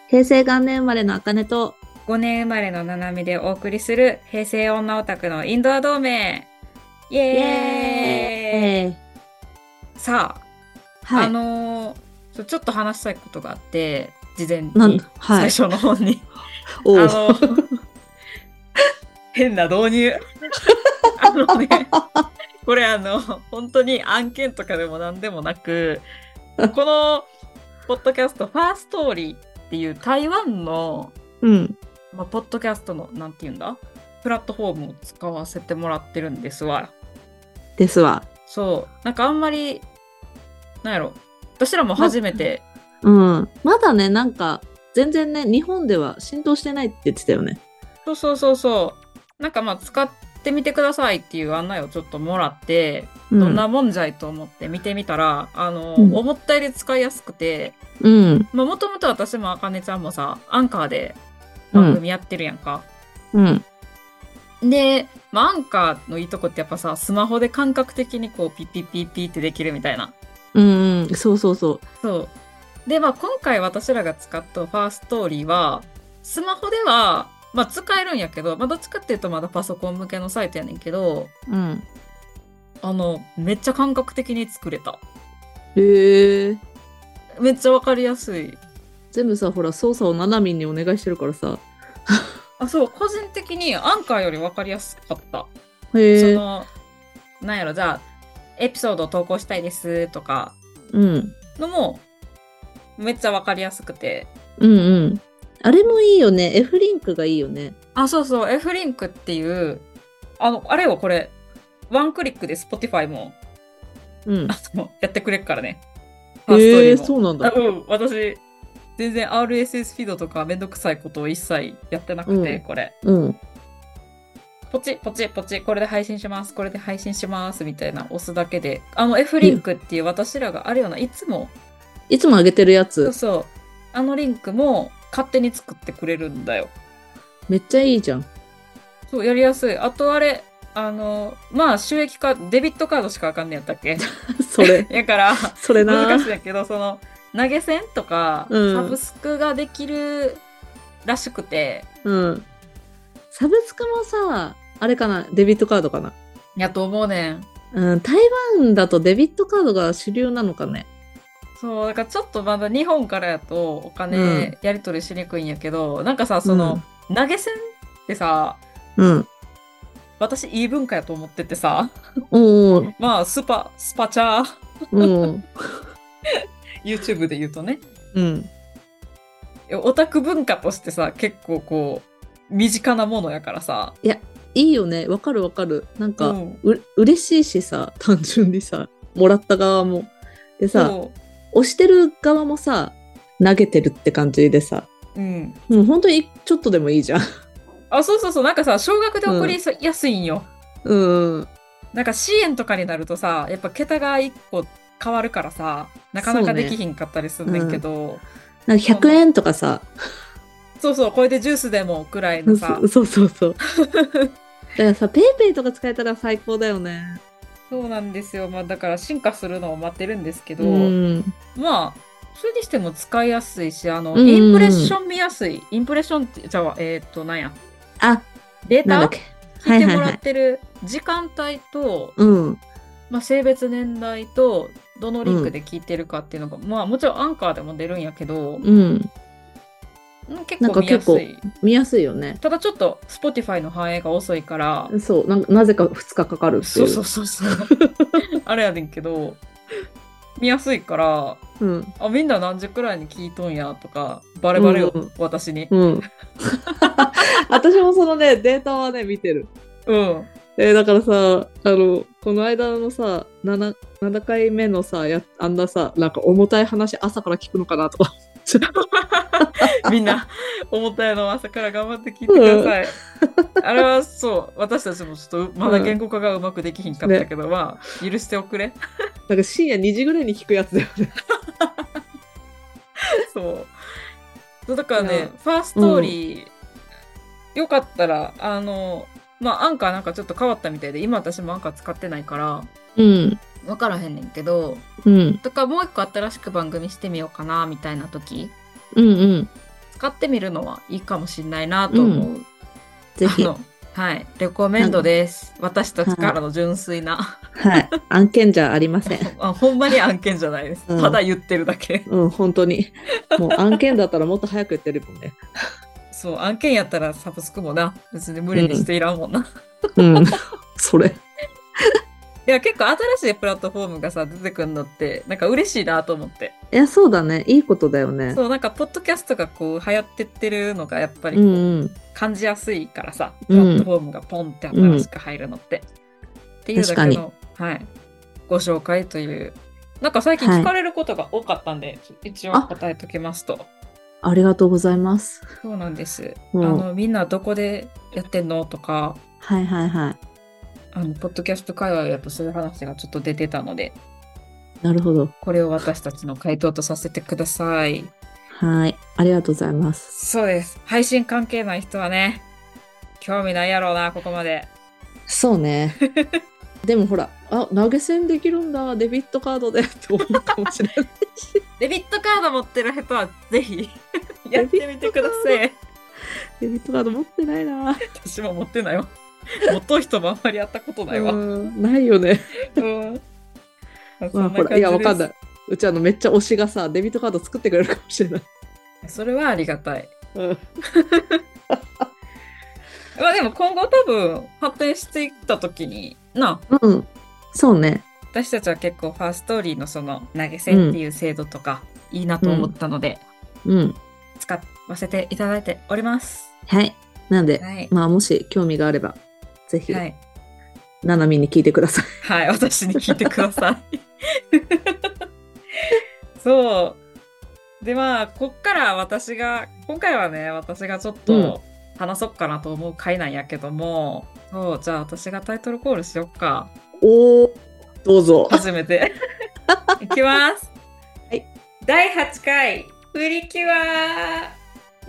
平成元年生まれのあかねと、 5年生まれのななみでお送りする平成女オタクのインドア同盟。イイエーエーイ。 イ。 さあ、 はい。 ちょっと話したいことがあって、事前なんだ、 に、 はい。 最初の方に、 おお。 あの、変な導入。あのね、これ本当に案件とかでも何でもなく、このポッドキャスト、ファーストーリーっていう台湾のうん。 ポッドキャストの、なんて言うんだプラットフォームを使わせてもらってるんですわ。 ですわ。 そう。なんかあんまり、なんやろ。私らもま、 初めて、 うん。まだね、なんか、全然ね、日本では浸透してないって言ってたよね。 そうそうそうそう。なんか使ってみてくださいっていう案内をちょっともらって、 うん。 どんなもんじゃいと思って見てみたら、 うん。 思ったより使いやすくて、 うん。 もともと私もあかねちゃんもさ、アンカーでうん。 番組やってるやんか。 うん。 で、アンカーのいいとこってやっぱさ、スマホで感覚的にこうピッピッピッピッってできるみたいな。 うん。うん。そうそうそう。 そう。で、今回私らが使ったファーストーリーは、スマホでは、使えるんやけど、どっちかっていうとまだパソコン向けのサイトやねんけど、 うん。 めっちゃ感覚的に作れた。 へえ。 めっちゃわかりやすい。 全部さ、ほら、操作をななみんにお願いしてるからさ。 あ、そう、個人的にアンカーよりわかりやすかった。そへえ。 の、なんやろ、じゃあ、エピソードを投稿したいですとかうん。 のも、めっちゃわかりやすくて。 うんうん。あれもいいよね。F リンクがいいよね。 あ、そうそう、F リンクっていう、あれよ、これ、ワンクリックで Spotify も、 うん。 やってくれっからね。ファーストーへえ、 リーも。 そうなんだ。 うん、私、全然 RSS フィードとかめんどくさいことを一切やってなくて、 うん。 これ。 うん。 ポチポチポチ、これで配信します、これで配信します、みたいな押すだけで、F リンいクっていう私らがあるような、いつも、 いつも上げてるやつ。 そうそう、あのリンクも勝手に作ってくれるんだよ。 めっちゃいいじゃん。 そう、やりやすい。あとあれ、収益化、デビットカードしかあかんねやったっけ？ それ。 やから、 それ難しいんな。 やけど、投げ銭とか、 うサブん。 スクができるらしくて、 うん。サブスクもさ、あれかな、デビットカードかな。 やと思うねん。 うん、台湾だとデビットカードが主流なのかね。 そう、だからちょっとまだ日本からやとおうん。 金やり取りしにくいんやけど、なんかさ、 うん。 投げ銭ってさ、 うん。 私いい文化やと思っててさ、 おー。 スパチャー、 うん。 YouTube で言うとね、 うん。 オタク文化としてさ、結構こう、身近なものやからさ、 いや、いいよね。わかるわかる。なんか、 うん、 嬉しいしさ、単純にさ、もらった側も。でさ、 そ押してる側もさ、投げてるって感じでさ、 う、うん。 もう本当にちょっとでもいいじゃん。 あ、そうそうそう、なんかさ、少額でうん。 送りやすいんよ。 うん。 なんか支援とかになるとさ、やっぱ桁が一個変わるからさ、なかなかできそうね。 ひんかったりすんねんうん。 けど、 なんか100円とかさ、 そうそう、これでジュースでもくらいのさ、 そうそうそう。だからさ、ペイペイとか使えたら最高だよね。 そうなんですよ。だから進化するのを待ってるんですけうど、 ん。 それにしても使いやすいし、 うんインプレッうんうん。 ション見やすい。インプレッションって、じゃあ、なんや、 あ、 データなんだっけ。 聞いてもらはいはいはい。 ってる時間帯と、 うん。 性別年代と、どのリンクうん。 で聞いてるかっていうのが、もちろんアンカーでも出るんやけど、 うん。なん結構見やか結構すい。 見やすいよね。 ただちょっと Spotify の反映が遅いから、 そう、なぜか2日かかるっていう。 そうそうそうそう。あれやねんけど、見やすいから、 うん。 みんな何時くらいに聞いとんやとか、バレバレよ、 うん。 私に。 うん。私もそのね、データはね、見てる。 うん。 だからさ、この間のさ、7回目のさ、あんなさ、なんか重たい話朝から聞くのかなとか。 みんな、重たいの朝から頑張って聞いてくだうん。 さい。あれはそう、私たちもちょっとまだ言うん。 語化がうまくできひんかったね。 けど、許しておくれ。 なんか深夜2時ぐらいに聞くやつだよね。 そう。だからね、 いや、 ファーストーうん。 リー、よかったら、アンカーなんかちょっと変わったみたいで、今私もアンカー使ってないから、 うん。 わからへんねんけど、 うん。 とかもう一個新しく番組してみようかな、みたいな時、 うんうん。 使買ってみるのはいいかもしれないなと思う。 ぜひ。 はい、レコメンドです。私たちからの純粋な。 はい。案件じゃありません。 ほんまに案件じゃないです。ただ言ってるだけ。 本当に。もう案件だったらもっと早く言ってるもんね。 そう、案件やったらサブスクもな、別に無理にしていらんもんな。 それ。 いや、結構新しいプラットフォームがさ、出てくるのって、なんか嬉しいなと思って。 いや、そうだね。いいことだよね。 そう、なんか、ポッドキャストがこう、流行ってってるのが、やっぱりこう、感じやすいからさ、プラットフォームがポンって新しく入るのって。っていうだけの、はい、ご紹介という。なんか最近聞かれることが多かったんで、一応答えときますと。 ありがとうございます。 そうなんです。みんなどこでやってんのとか。 はいはいはい。 ポッドキャスト界隈やとそういう話がちょっと出てたので。 なるほど。 これを私たちの回答とさせてください。 はい。ありがとうございます。 そうです。配信関係ない人はね、興味ないやろうな、ここまで。 そうね。でもほら、投げ銭できるんだ、デビットカードでって思うかもしれないし。 デビットカード持ってる人はぜひやってみてください。 デビットカード持ってないな。 私も持ってないわ。持っとう人もあんまりやったことないわ。 ないよね。ほら、いや、わかんない。うちめっちゃ推しがさ、デビットカード作ってくれるかもしれない。 それはありがたい。まあでも今後多分発展していった時にそうね。 私たちは結構ファーストーリーのその投げ銭っていう制度とかいいなと思ったので、使わせていただいております。 はい。なんで、まあもし興味があればぜひ、 はい、 ななみに聞いてください。 はい、私に聞いてください。そう。で、まあ、今回はね、私がちょっと話そうかなと思う回なんやけども、そう、じゃあ私がタイトルコールしよっか。 どうぞ。 初めて。いきます。 はい。 第8回、プリキュアイ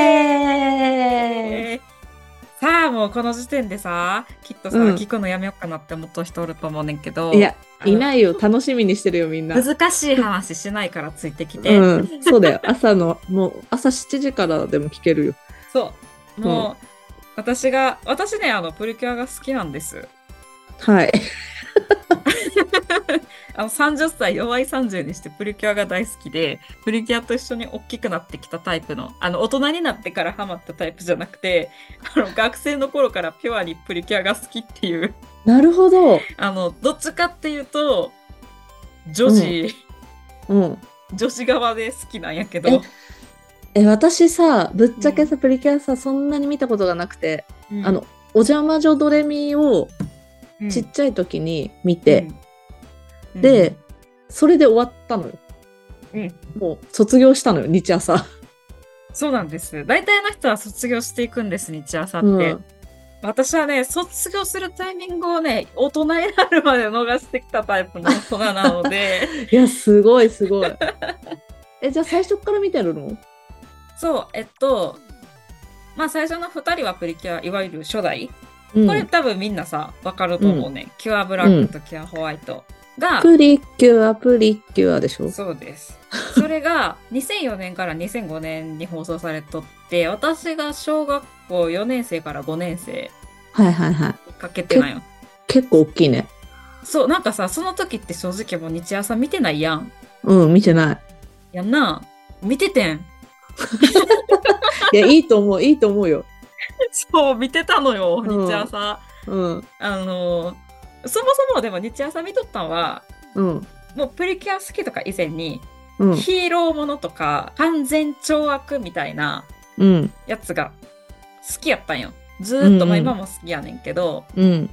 エーイ。 さあ、もうこの時点でさ、きっとさ、聞くのやめようかなって思った人おると思うねんけど。 いや、いないよ。楽しみにしてるよ、みんな。 難しい話しないからついてきて。 そうだよ。もう朝7時からでも聞けるよ。 そう。もう、私ね、プリキュアが好きなんです。 はい。 30歳弱い30にしてプリキュアが大好きで、プリキュアと一緒に大きくなってきたタイプの、大人になってからハマったタイプじゃなくて、学生の頃からピュアにプリキュアが好きっていう。 なるほど。 どっちかっていうと、女子側で好きなんやけど。 私さ、ぶっちゃけさ、プリキュアさ、そんなに見たことがなくて、お邪魔女ドレミをちっちゃい時に見て、で、それで終わったのよ。もう卒業したのよ、日朝。 そうなんです。大体の人は卒業していくんです、日朝って。私はね、卒業するタイミングをね、大人になるまで逃してきたタイプの大人なので。 いや、すごいすごい。じゃあ最初から見てるの？ そう、まあ最初の2人はプリキュア、いわゆる初代。これ多分みんなさ、わかると思うね。キュアブラックとキュアホワイトが。 プリキュアでしょ？ そうです。それが2004年から2005年に放送されとって、私が小学校4年生から5年生にかけてなよ。 結構大きいね。 そう、なんかさ、その時って正直もう日朝見てないやん。 見てない。 やんな。見ててん。 いや、いいと思うよ。 そう、見てたのよ、日朝。そもそもでも日朝見とったんは、もうプリキュア好きとか以前に、ヒーローものとか完全懲悪みたいなやつが好きやったんよ。ずーっと、まあ今も好きやねんけど、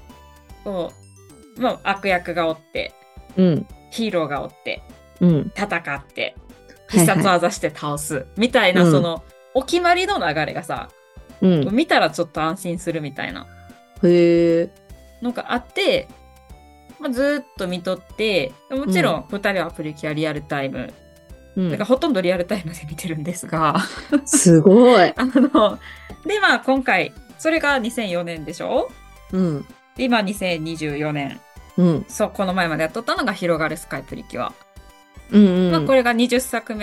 まあ悪役がおって、ヒーローがおって、戦って、必殺技して倒すみたいな、そのお決まりの流れがさ、見たらちょっと安心するみたいなのがあって、まあ、ずーっと見とって、もちろん2人はプリキュアリアルタイム、だからほとんどリアルタイムで見てるんですがすごい。 でまあ今回それが2004年でしょ、で今2024年、そうこの前までやっとったのが広がるスカイプリキュア、まあ、これが20作目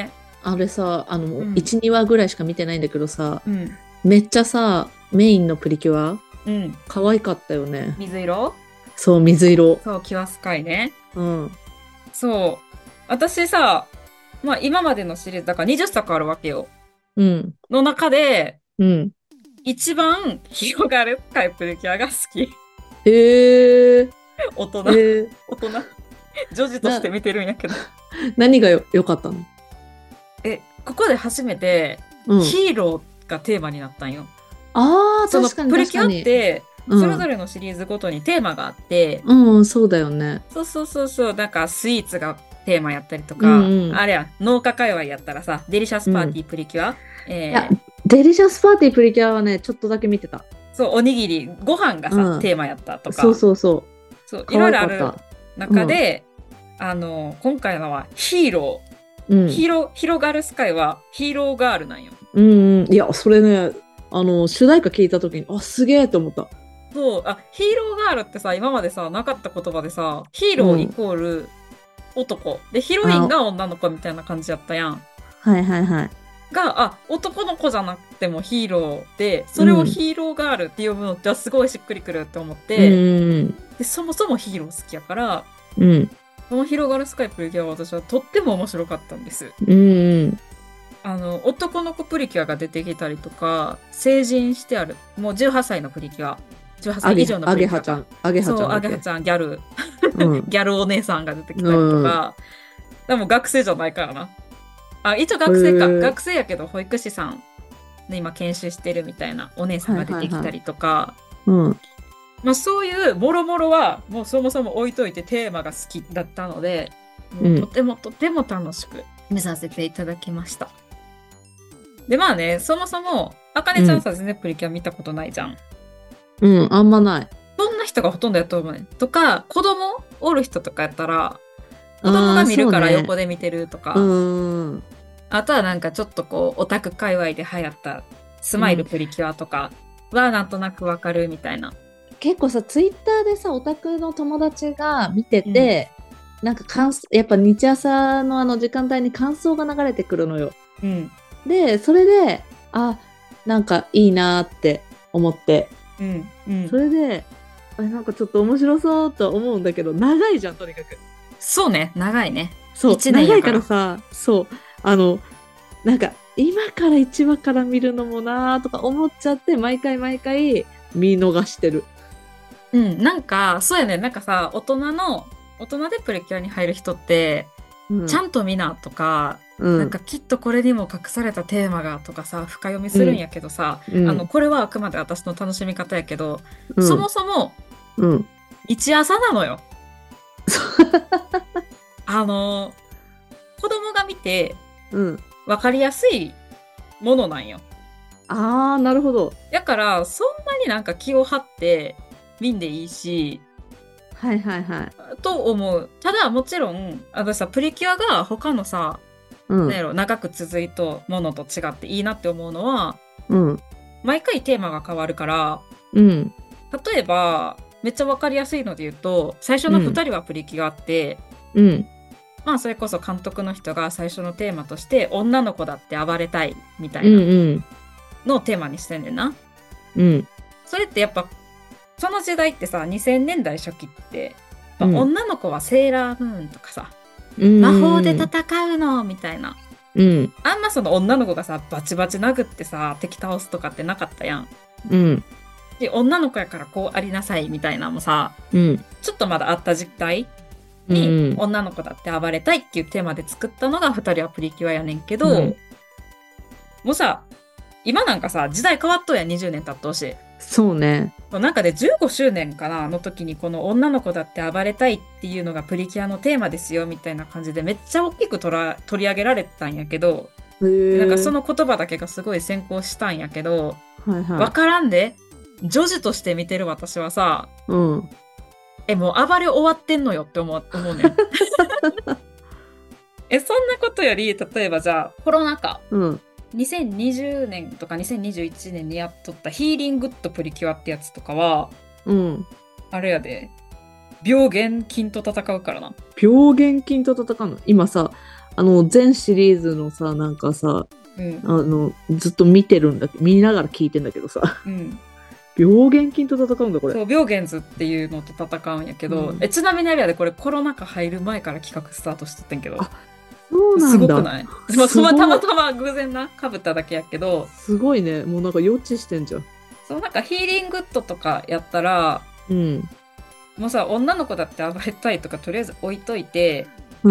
あれさ、 うん 1、2話ぐらいしか見てないんだけどさ、 うんめっちゃさ、メインのプリキュア、 うん。 可愛かったよね。 水色。 そう、水色。 そう、キュアスカイね。 うん。 そう。私さ、まあ今までのシリーズ、だから20作あるわけよ。 うん。 の中で、 うん。 一番広がるタイプリキュアが好き。 へえ。 大人。 え大人。女児として見てるんやけど。 何がよかったの？ ここで初めて、 うん。 ヒーローがテーマになったんよ。 ああ、 その確かにプリキュアっ確かに。 て、 うんそれぞれのシリーズごとにテーマがあって、 うん、そうだよね。 そうそうそうそう、なんかスイーツがテーマやったりとうか、 んうん。 あれや、農家界隈やったらさ、デリシャスパーティープリキュア、 いや、デリシャスパーティープリキュアはね、ちょっとだけ見てた。 そう、おにぎり、ご飯がさ、 うんテーマやったとか、 そうそうそう。 そうい可愛ろいろあるかった。 中で、今回のはヒーロうん。 広がるスカイはヒーローガールなんよ。 うんうん。いや、それね、主題歌聞いたときに、あ、すげえと思った。 そう、ヒーローガールってさ、今までさ、なかった言葉でさ、ヒーローイコール男、で、ヒロインが女の子みたいな感じやったやん。 はいはいはい。 男の子じゃなくてもヒーローで、それをヒーローガールって呼ぶのってすごいしっくりくるって思って、で、そもそもヒーロー好きやから、 うん。 この広がるスカイプリキュアは私はとっても面白かったんです。 うん男の子プリキュアが出てきたりとか、成人してある、もう18歳のプリキュア、18歳以上のプリキュア。 アゲハちゃん。アゲハちゃん。 そう、アゲハちゃん、ギャル、 うん、 ギャルお姉さんが出てきたりとか、でも学生じゃないからな。一応学生か。学生やけど保育士さんで今研修してるみたいなお姉さんが出てきたりとか、まあそういうもろもろはもうそもそも置いといてテーマが好きだったので、もうとてもとても楽しく見させていただきました。でまあね、そもそもあかねちゃんさ、全然プリキュア見たことないじゃん。 うん、あんまない。 そんな人がほとんどやと思うね。とか、子供おる人とかやったら、子供が見るから横で見てるとか、あとはなんかちょっとこうオタク界隈で流行ったスマイルプリキュアとかはなんとなくわかるみたいな。 結構さ、ツイッターでさ、オタクの友達が見てて、なんかやっぱ日朝の時間帯に感想が流れてくるのよ。 うん、 で、それで、なんかいいなって思って、それで、なんかちょっと面白そうと思うんだけど、長いじゃん、とにかく。 そうね、長いね。 そう、長いからさ、そう、なんか今から1話から見るのもなーとか思っちゃって、毎回見逃してる。 なんか、そうやね、なんかさ、大人でプリキュアに入る人って、ちゃんと見なとか、なんかきっとこれにも隠されたテーマがとかさ、深読みするんやけどさ、これはあくまで私の楽しみ方やけど、そもそも、一朝なのよ。子供が見て、わかりやすいものなんよ。 なるほど。 だから、そんなになんか気を張って見んでいいし、と思う。ただ、もちろん、私さ、プリキュアが他のさ、なんやろ、長く続いたものと違っていいなって思うのは、毎回テーマが変わるから、例えば、めっちゃわかりやすいので言うと、最初の2人はプリキュアって、まあそれこそ監督の人が最初のテーマとして女の子だって暴れたいみたいなのをテーマにしてんねんな。それってやっぱその時代ってさ、2000年代初期って、女の子はセーラームーンとかさ、魔法で戦うのみたいな、あんまその女の子がさバチバチ殴ってさ敵倒すとかってなかったやん。で女の子やからこうありなさいみたいなのもさ、ちょっとまだあった時代に、女の子だって暴れたいっていうテーマで作ったのが2人はプリキュアやねんけど、もうさ、今なんかさ、時代変わっとうやん、20年経っとうし。 そうね。 なんかで15周年かなの時にこの女の子だって暴れたいっていうのがプリキュアのテーマですよみたいな感じでめっちゃ大きく取り上げられたんやけど、なんかその言葉だけがすごい先行したんやけど、わからんで、女児として見てる私はさ、もう暴れ終わってんのよって思うねん。そんなことより、例えばじゃあコロナ禍、2020年とか2021年にやっとったヒーリングッドプリキュアってやつとかは、あれやで、病原菌と戦うからな。 病原菌と戦うの？今さ、 全シリーズのさ、なんかさ、 うん、 ずっと見てるんだけど、見ながら聞いてんだけどさ、 うん。 病原菌と戦うんだ、これ。 そう、病原図っていうのと戦うんやけど、 うん、 ちなみにあれやで、これコロナ禍入る前から企画スタートしてってんけど、 あ、そうなすんだ。 ごくない？まあ、 すごい。 たまたま偶然な、被っただけやけど、 すごいね。もうなんか予知してんじゃん。 そう、なんかヒーリングッドとかやったら、 うん。 もうさ、女の子だって暴れたいとかとりあえず置いといて、 うん。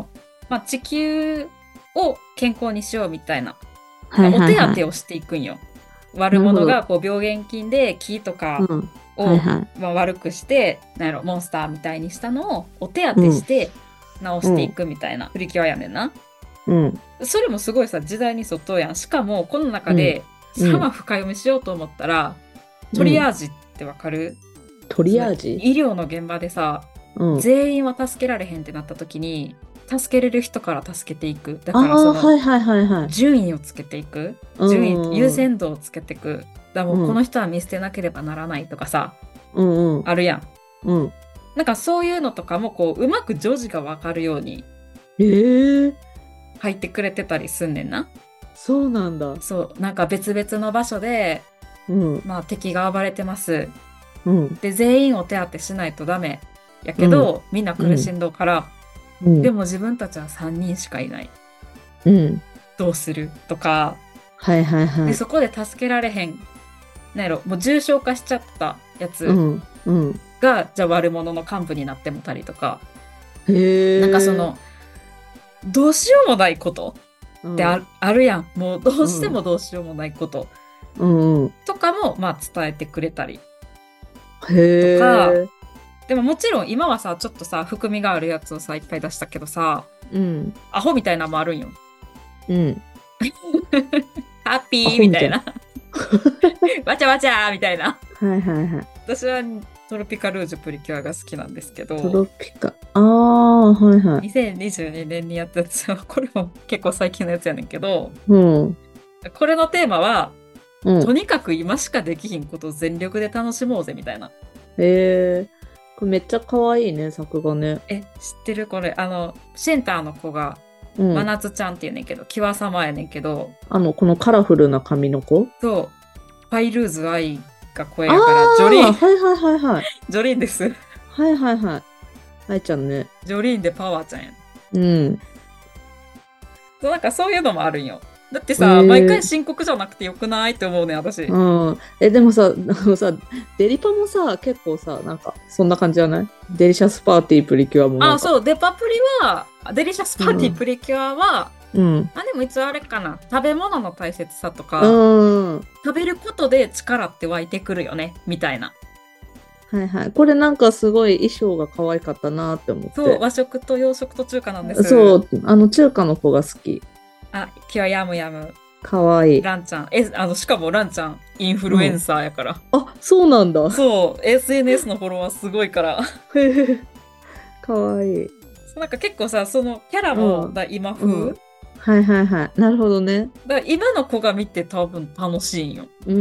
まあ、地球を健康にしようみたいな、 はいお手当はいはい。 てをしていくんよ。悪なるほど。 者がこう病原菌で木とかうん。はいを、 はい。 まあ、悪くして、なんやろ、モンスターみたいにしたのをお手当うん。 てして直していうん。 くみたいなプリキュアやねんな。 うん。 それもすごいさ、時代に沿っとうやん。しかも、この中うん。 で、 うん。 さま深読みしようと思ったら、トうん。 リアージってわかる？ トそのリアージ。 医療の現場でさ、 うん。 全員は助けられへんってなった時に、助けれる人から助けていく。だああ、 からその、 はいはいはいはい。 順位をつけていく。 う優ん。うん。 先度をつけていく。だからもうこうん。 の人は見捨てなければならないとかさ、 うん。 あるやん。 うん。 なんかそういうのとかもこう、うまく女児がわかるようにええ、 入ってくれてたりすんねんな。 そうなんだ。 そう、なんか別々の場所で、 うん。 まあ敵が暴れてます。 うん。 で、全員お手当てしないとダメ。やうん。 けど、みんなうん。 苦しんどうから、 うん。 でも自分たちは3人しかいない。 うん。 どうするとか、 はいはいはで、 い。 そこで助けられへん。なんやろ、もう重症化しちゃったやつうん。うん。 が、じゃあ悪者の幹部になってもたりとか、 へなんかそえ。 の、どうしようもないことってうん。 あるやん。もうどうしてうん。 もどうしようもないことうん。うん。 とかも、まあ伝えてくれたりへとか、 え。 でももちろん今はさ、ちょっとさ、含みがあるやつをさ、いっぱい出したけどさ、 うん。 アホみたいなのもあるんよ。 うん。 ハッアピーホみたいな。 みたいな。わちゃわちゃみたいな。 はいはいはい。 私はトロピカルージュプリキュアが好きなんですけトど、 ロピカ。ああ、はいはい。 2022年にやったやつは、これも結構最近のやつやねんけど、 うん。 これのテーマは、 うん。 とにかく今しかできひんことを全力で楽しもうぜみたいな。 へえ。これめっちゃ可愛いね、作画ね。 知ってるこれ、センターの子が、 うん。 真夏ちゃんっていうねんけど、キワ様やねんけど、 このカラフルな髪の子。 そう、ファイルーズ愛が声あやから、 あ、はいはいはいはい。 ジョリーンです。 はいはいはい。愛ちゃんね。 ジョリーンでパワーちゃんやねん。 うん。 そうなんかそういうのもあるんよ。だってえさ、毎回ー、 深刻じゃなくてよくないって思うねん、私。 うん。でもさ、さ、デリパもさ、結構さ、なんか、そんな感じじゃない？デリシャスパーティープリキュアもなんあ、 か。 そう、デパプリは、デリシャスうパーティーん。 プリキュアは、 うん。 でもいつあれかな、食べ物の大切さとうか、 ん。 食べることで力って湧いてくるよね、みたいな。 はいはい。これなんかすごい衣装が可愛かったなって思っそう、 て。 和食と洋食と中華なんです。 そう、中華の子が好き。 あ、キュアヤムヤム、 可愛い。 ランちゃん。しかもランちゃん、インフルエンうん。 サーやから。 あ、そうなんだ。 そう、SNS のフォロワーすごいから。 へへ、可愛い。 そうなんか結構さ、そのキャラうもん。 今風うん。はいはいはい。なるほどね。 だから今の子が見て多分楽しいんよ。 うん。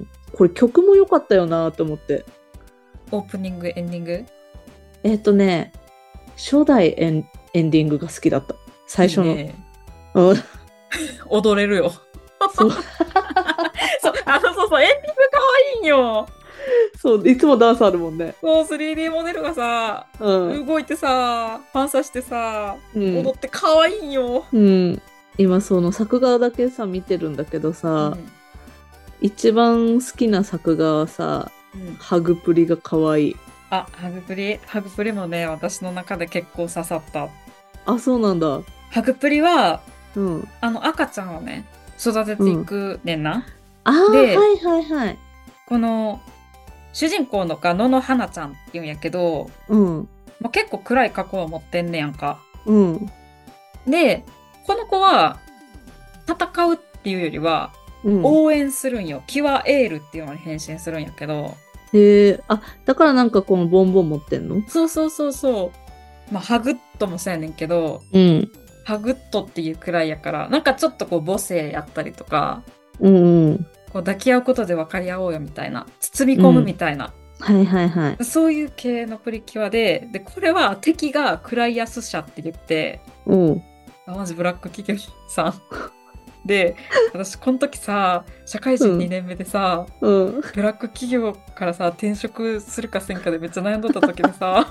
これ曲も良かったよなと思って。 オープニング、エンディング。 ね、初代エンディングが好きだった。最初の。 いいね。 うん。 踊れるよ。 そう。 そう、そうそう、エンディング可愛いんよ。 そう。いつもダンスあるもんね。 そう、3D モデルがさ、 うん。 動いてさ、反射してさ、 うん。 踊って可愛いんよ。 うん。今その作画だけさ、見てるんだけどさ、 うん。 一番好きな作画はさ、 うん。 ハグプリが可愛い。 あ、ハグプリもね、私の中で結構刺さった。 あ、そうなんだ。 ハグプリは、 うん。 赤ちゃんをね、育てていうん。 くねんな。 ああ、 で、 はいはいはい。 この、主人公のが野々花ちゃんって言うんやけど、 うん。 まあ、結構暗い過去を持ってんねやんか。 うん。 で、この子は、戦うっていうよりは、 うん。 応援するんよ。キュアエールっていうのに変身するんやけど、 へえ、あ、だからなんかこのボンボン持ってんの？ そうそうそうそう。まあ、ハグットもそうやねんけど、 うん。 ハグットっていうくらいやから、なんかちょっとこう母性やったりとか、 うんうん。 こう抱き合うことで分かり合おうよみたいな、包み込むうん。 みたいな、 はいはいはい。 そういう系のプリキュアで、これは敵がクライアス社って言って、 うん。 マジブラック企業さん。で、私この時さ、社会人2年目でさ、 うん。 ブラック企業からさ、転職するかせんかでめっちゃ悩んどった時でさ、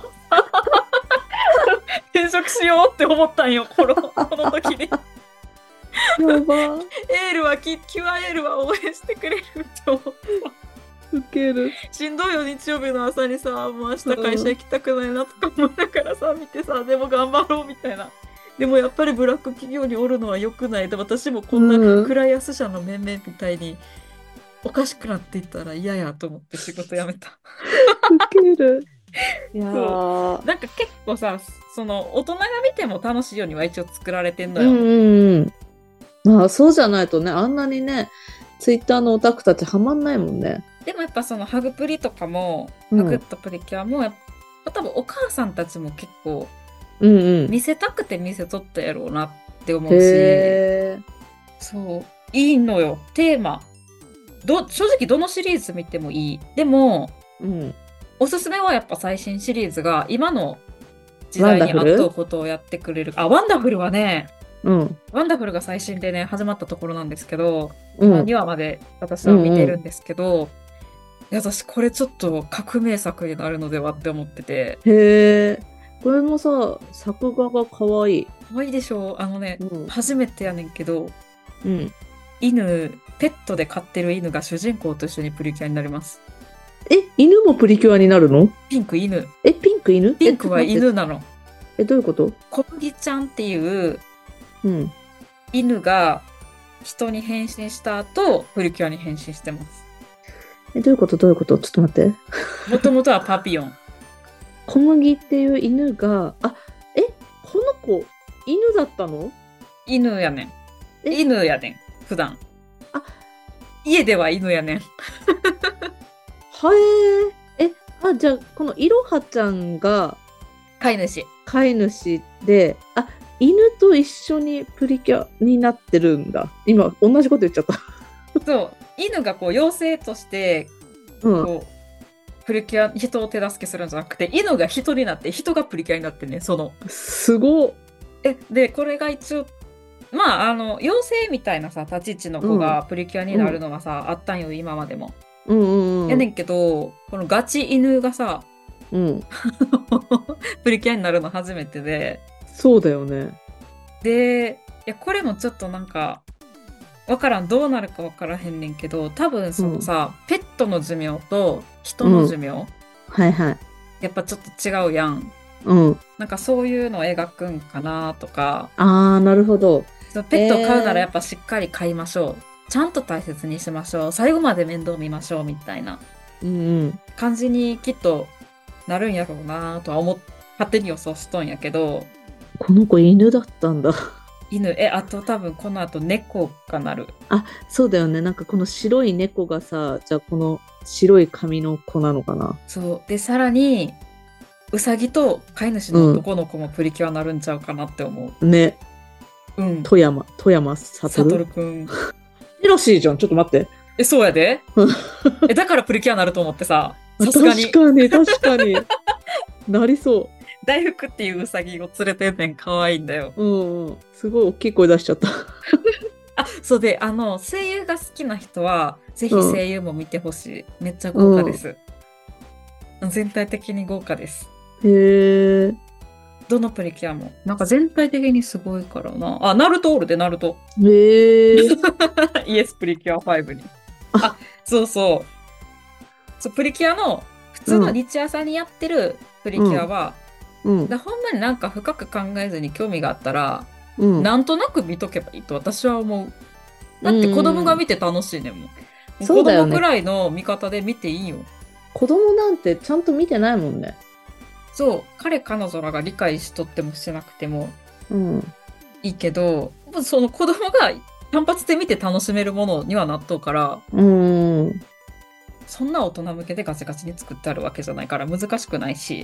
転職しようって思ったんよ、この時に。 やば。 エールはキュアエールは応援してくれるって思った。 ウケる。 しんどいよ、日曜日の朝にさ、もう明日会社行きたくないなとか思いながらさ、見てさ、でも頑張ろうみたいな。でもやっぱりブラック企業におるのは良くない。で、私もこんな暗安社の面々みたいにおかしくなっていったら嫌やと思って仕事辞めた。 ウケる。いやなんか結構さ、その大人が見ても楽しいようには一応作られてんのうよ。 ん。まあそうじゃないとね、あんなにね、ツイッターのオタクたちハマんないもんね。 でもやっぱそのハグプリとかも、ハグとプリキュアもやっぱ多分お母さんたちも結構見せたくて見せとったやろうなって思うし、そういいのよ。テーマ正直どのシリーズ見てもいい。でも、おすすめはやっぱ最新シリーズが今の時代に合ったことをやってくれる。ワンダフルはね、ワンダフルが最新でね始まったところなんですけど、2話まで私は見てるんですけど、私これちょっと革命作になるのではって思ってて。 へえ。これもさ、作画が可愛い。 可愛いでしょ。初めてやねんけど、犬、ペットで飼ってる犬が主人公と一緒にプリキュアになります。 犬もプリキュアになるの？ ピンク犬。 ピンク犬？ ピンクは犬なの。 どういうこと？ 小麦ちゃんっていう犬が人に変身した後、プリキュアに変身してます。 どういうこと？ちょっと待って。 もともとはパピヨン。 小麦っていう犬が、この子、犬だったの？ 犬やねん。犬やねん、普段。家では犬やねん。 はじゃあ、このいろはちゃんが、飼い主で、犬と一緒にプリキュアになってるんだ。今、同じこと言っちゃった。そう、 犬がこう妖精として、こう、プリキュア、人を手助けするんじゃなくて、犬が人になって、人がプリキュアになってね、 すごっ。 で、これが一応、妖精みたいなさ、立ち位置の子がプリキュアになるのはさ、あったんよ、今までも。やねんけど、このガチ犬がさ、プリキュアになるの初めてで。 そうだよね。 で、これもちょっとなんか、わからん、どうなるかわからへんねんけど、多分そのさ、ペットの寿命と人の寿命、やっぱちょっと違うやん。なんかそういうのを描くんかなとか。 なるほど。 ペットを飼うならやっぱしっかり飼いましょう。ちゃんと大切にしましょう。最後まで面倒見ましょうみたいな感じにきっとなるんやろうなとは勝手に予想しとんやけど。 この子犬だったんだ。 犬、あと多分この後猫がなる。 そうだよね。なんかこの白い猫がさ、じゃあこの白い髪の子なのかな。 そう。で、さらに、ウサギと飼い主の男の子もプリキュアになるんちゃうかなって思う。 ね。富山悟くん。 ヘロシーじゃん。ちょっと待って。 そうやで。だからプリキュアになると思ってさ。さすがに。 確かに。なりそう。 大福っていうウサギを連れてんねん。可愛いんだよ。 すごい大きい声出しちゃった。 そうで、声優が好きな人は、ぜひ声優も見てほしい。めっちゃ豪華です。全体的に豪華です。 へえ。 どのプリキュアも。なんか全体的にすごいからな。ナルトおるで、ナルト。 へえ。 イエスプリキュア5に。そう。プリキュアの、普通の日朝にやってるプリキュアは、ほんまになんか深く考えずに興味があったら、なんとなく見とけばいいと私は思う。だって子供が見て楽しいねんもん。子供ぐらいの見方で見ていいよ。 子供なんてちゃんと見てないもんね。 そう、彼女らが理解しとってもしてなくてもいいけど、その子供が単発で見て楽しめるものにはなっとうから、そんな大人向けでガチガチに作ってあるわけじゃないから難しくないし。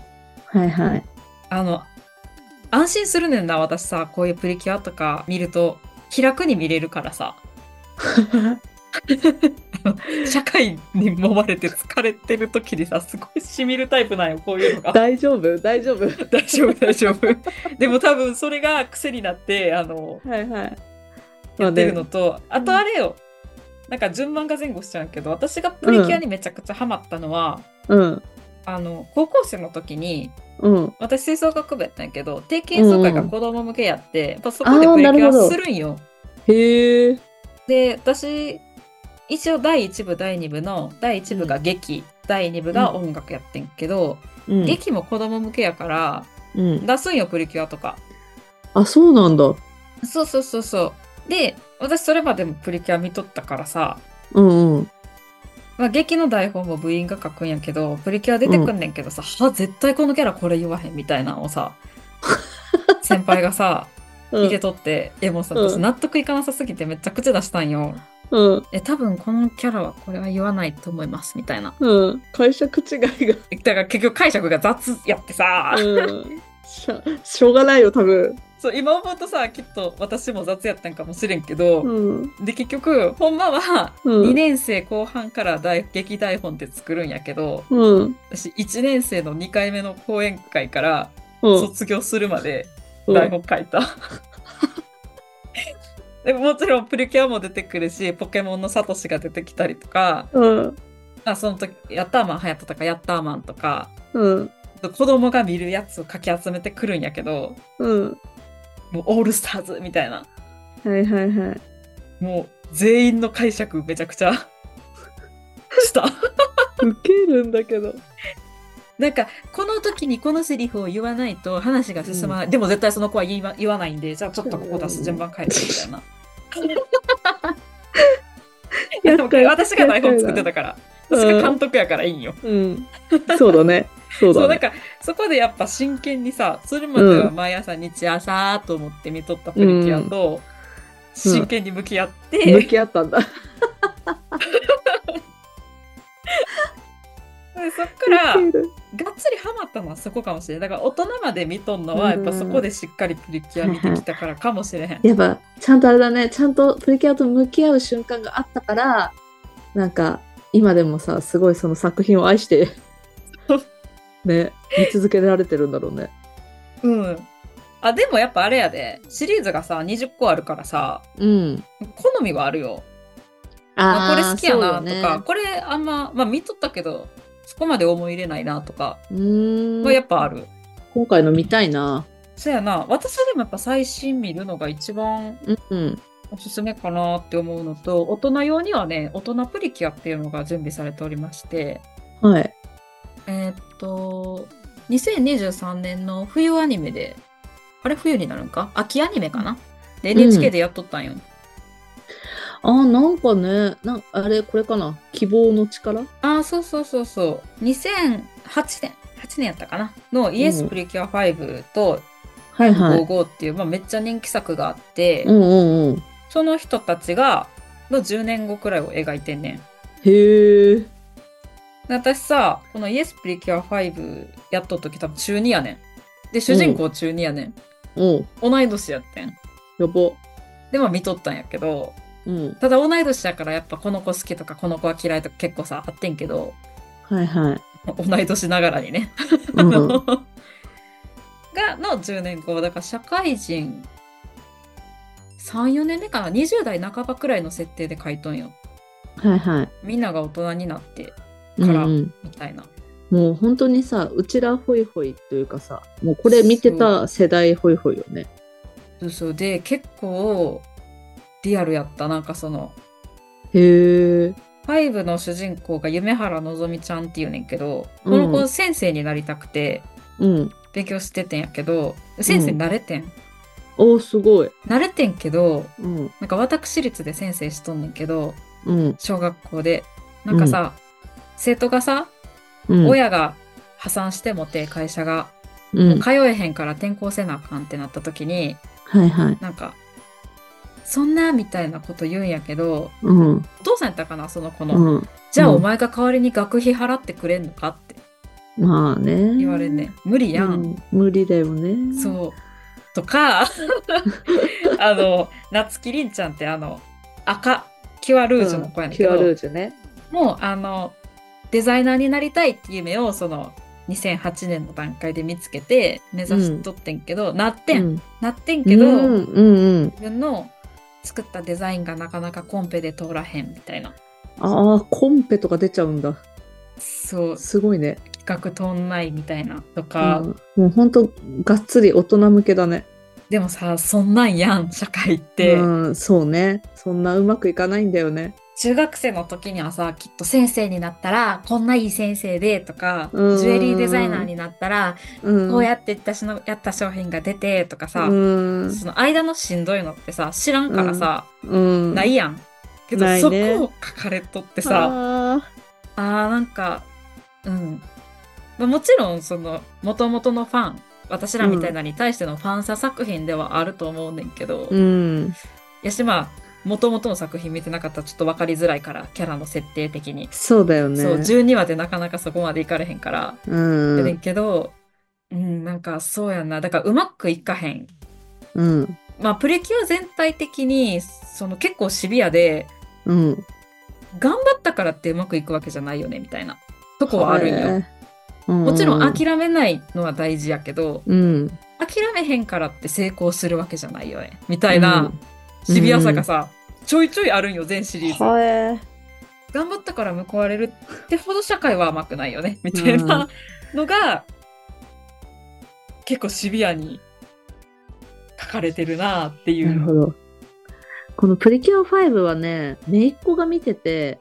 安心するねんな、私さ、こういうプリキュアとか見ると気楽に見れるからさ。 社会に揉まれて疲れてる時にさ、すごいしみるタイプなんよ、こういうのが。 大丈夫大丈夫。 大丈夫、大丈夫。でも多分それが癖になって、 はいはい。 やってるのと、あとあれよ、なんか順番が前後しちゃうけど、私がプリキュアにめちゃくちゃハマったのは、高校生の時に、私吹奏楽部やったんやけど、定期演奏会が子供向けやって、やっぱそこでプリキュアするんよ。 へえ。 で、私、一応第1部、第2部の、第1部が劇、第2部が音楽やってんけど、劇も子供向けやから、出すんよ、プリキュアとか。 あ、そうなんだ。 そうそうそうそう。で、私それまでもプリキュア見とったからさ、まあ、劇の台本も部員が書くんやけど、プリキュア出てくんねんけどさ、絶対このキャラこれ言わへんみたいなのをさ、先輩がさ、見てとって、もうさ、私納得いかなさすぎてめっちゃ口出したんよ。多分このキャラはこれは言わないと思いますみたいな。 解釈違いが。 だから結局解釈が雑やってさ、 しょうがないよ多分。 そう今思うとさ、きっと私も雑やったんかもしれんけど、で結局ほんまは2年生後半から劇台本って作るんやけど、私1年生の2回目の講演会から卒業するまで台本書いた。でもちろんプリキュアも出てくるし、ポケモンのサトシが出てきたりとか、その時ヤッターマン流行ったとかヤッターマンとか、子供が見るやつをかき集めてくるんやけど、もうオールスターズみたいな。もう全員の解釈めちゃくちゃした。 ウケるんだけど。 なんかこの時にこのセリフを言わないと話が進まない、でも絶対その子は言わないんで、じゃあちょっとここ出す順番変えてみたいな。私が台本作ってたから、私が監督やからいいんよ。 そうだね。そうなんかそこでやっぱ真剣にさ、それまでは毎朝日朝と思って見とったプリキュアと真剣に向き合って、 向き合ったんだ。 でそっからがっつりハマったのはそこかもしれない。だから大人まで見とんのはやっぱそこでしっかりプリキュア見てきたからかもしれへん。 やっぱちゃんとあれだね、ちゃんとプリキュアと向き合う瞬間があったから、なんか今でもさ、すごいその作品を愛してね、見続けられてるんだろうね。でもやっぱあれやで、シリーズがさ20個あるからさ、好みはあるよ。これ好きやなとか、これあんま、見とったけどそこまで思い入れないなとかはやっぱある。 今回の見たいな。 そうやな。私はでもやっぱ最新見るのが一番おすすめかなって思うのと、大人用にはね、大人プリキュアっていうのが準備されておりまして、2023年の冬アニメで、あれ冬になるんか、秋アニメかなで NHK でやっとったんよ。 なんかね、あれこれかな、希望の力。 そう2008年やったかなのイエスプリキュア5と55っていう、めっちゃ人気作があって、その人たちがの10年後くらいを描いてんねん。 へえ。 私さ、このイエスプリキュア5やっとった時多分中2やねん。で主人公中2やねん。同い年やってん。 やば。 で見とったんやけど、ただ同い年だからやっぱこの子好きとかこの子は嫌いとか結構さあってんけど、同い年ながらにね、がの10年後だから社会人 3,4 年目かな、20代半ばくらいの設定で書いとんよ。みんなが大人になってからみたいな。 もう本当にさ、うちらホイホイというかさ、もうこれ見てた世代ホイホイよね。 そうで結構リアルやった。なんかその 5 の主人公が夢原のぞみちゃんっていうねんけど、この子先生になりたくて勉強しててんやけど、先生になれてん。 すごい。 なれてんけど、なんか私立で先生しとんねんけど、小学校でなんかさ、生徒がさ、親が破産してもて会社が、もう通えへんから転校せなあかんってなった時に、なんかそんなみたいなこと言うんやけど、お父さんやったかなその子の、じゃあお前が代わりに学費払ってくれんのかって言われんねん。無理やん、 無理だよね。 そうとか夏木りんちゃんって赤キュアルージュの子やねんけど、 キュアルージュね。 もうデザイナーになりたいっていう夢をその2008年の段階で見つけて目指しとってんけど、なってんけど、自分の作ったデザインがなかなかコンペで通らへんみたいな。 ああ、コンペとか出ちゃうんだ。 そう。 すごいね。 企画通んないみたいなとか。 もうほんとがっつり大人向けだね。 でもさ、そんなんやん、社会って。 そうね。そんなうまくいかないんだよね。 中学生の時にはさ、きっと先生になったらこんないい先生でとか、ジュエリーデザイナーになったらこうやって私のやった商品が出てとかさ、その間のしんどいのってさ、知らんからさ、ないやん。けど、ね、そこを書かれとってさ、なんか、もちろんその元々のファン、私らみたいなに対してのファンサ作品ではあると思うねんけど、やしまあ元々の作品見てなかったらちょっと分かりづらいから、キャラの設定的に。 そうだよね。 そう、12話でなかなかそこまでいかれへんから。やねんけど、なんかそうやんな。だからうまくいかへん。まあプリキュア全体的にその結構シビアで、頑張ったからってうまくいくわけじゃないよねみたいなとこはあるんよ。もちろん諦めないのは大事やけど、諦めへんからって成功するわけじゃないよねみたいなシビアさがさ、ちょいちょいあるんよ、全シリーズ。頑張ったから報われるってほど社会は甘くないよねみたいなのが、結構シビアに書かれてるなっていう。 なるほど。このプリキュア5はね、姪っ子が見てて、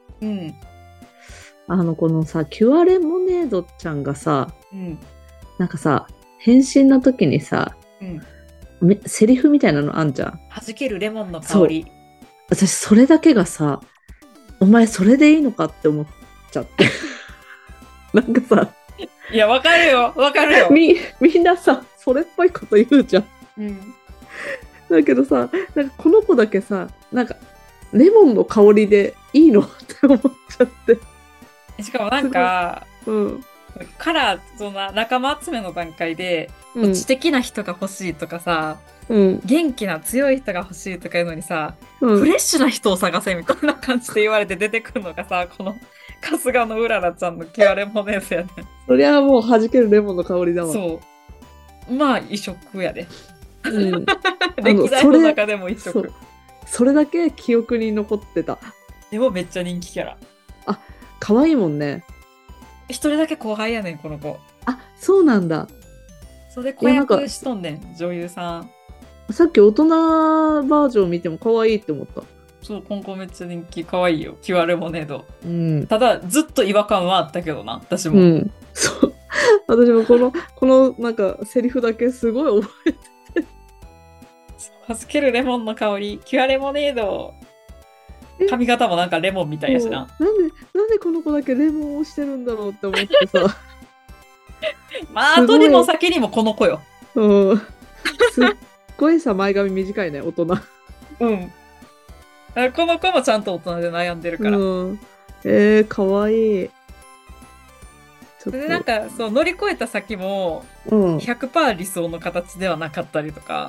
このさ、キュアレモネードちゃんがさ、なんかさ、変身の時にさ、セリフみたいなのあんじゃん。 弾けるレモンの香り。 私それだけがさ、お前それでいいのかって思っちゃってなんかさ、 いや、わかるよわかるよ。 みんなさ、それっぽいこと言うじゃん。だけどさ、なんかこの子だけさ、なんかレモンの香りでいいのって思っちゃって。 しかもなんか、からその仲間集めの段階で、知的な人が欲しいとかさ、元気な強い人が欲しいとかいうのにさ、フレッシュな人を探せみたいな感じで言われて出てくるのがさ、この春日のうららちゃんのキュアレモネーズやね。 そりゃもう弾けるレモンの香りだわ。 そう。まあ異色やで。歴代の中でも異色。 それだけ記憶に残ってた。 でもめっちゃ人気キャラ。 あ、可愛いもんね。 一人だけ後輩やねん、この子。 あ、そうなんだ。 それで子役しとんねん、女優さん。 さっき大人バージョン見ても可愛いって思った。 そう、今後めっちゃ人気、可愛いよ。キュアレモネード。ただ、ずっと違和感はあったけどな、私も。 そう。私もこのなんかセリフだけすごい覚えてて。 弾けるレモンの香り、キュアレモネード。髪型もなんかレモンみたいやしな。 なんでこの子だけレモンをしてるんだろうって思ってさ。 まあ、後にも先にもこの子よ。 すっごいさ、前髪短いね、大人。 この子もちゃんと大人で悩んでるから。 かわいい。 でなんかそう乗り越えた先も 100% 理想の形ではなかったりとか。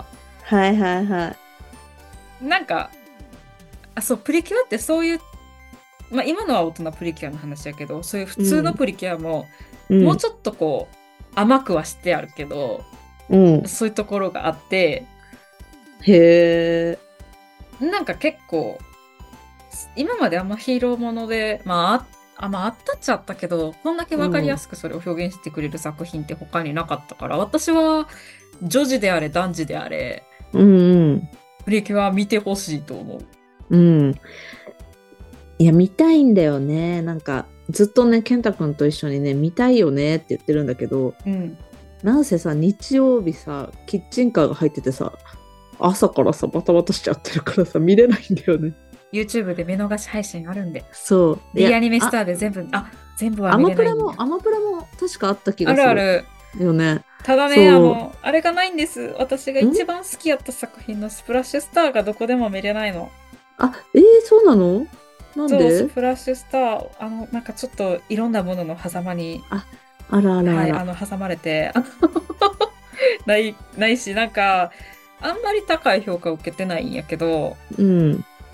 なんかそうプリキュアってそういう、まあ今のは大人プリキュアの話やけど、そういう普通のプリキュアも、もうちょっとこう甘くはしてあるけど、そういうところがあって、なんか結構今まであんまヒーローものであったっちゃったけど、こんだけ分かりやすくそれを表現してくれる作品って他になかったから、私は女児であれ男児であれ、プリキュア見てほしいと思う。 いや見たいんだよね。なんかずっとね健太くんと一緒にね見たいよねって言ってるんだけど、なんせさ日曜日さキッチンカーが入っててさ、朝からさバタバタしちゃってるからさ見れないんだよね。 YouTube で見逃し配信あるんで。 そう。 Dアニメスターで全部は見れないんだ。 アマプラも確かあった気がする。 あるよね。 ただね、あれがないんです。私が一番好きやった作品のスプラッシュスターがどこでも見れないの。 そうなの？なんで？ そう、スプラッシュスター、なんかちょっといろんなものの狭間に、 あら。 挟まれて、ないし、なんか、あんまり高い評価を受けてないんやけど、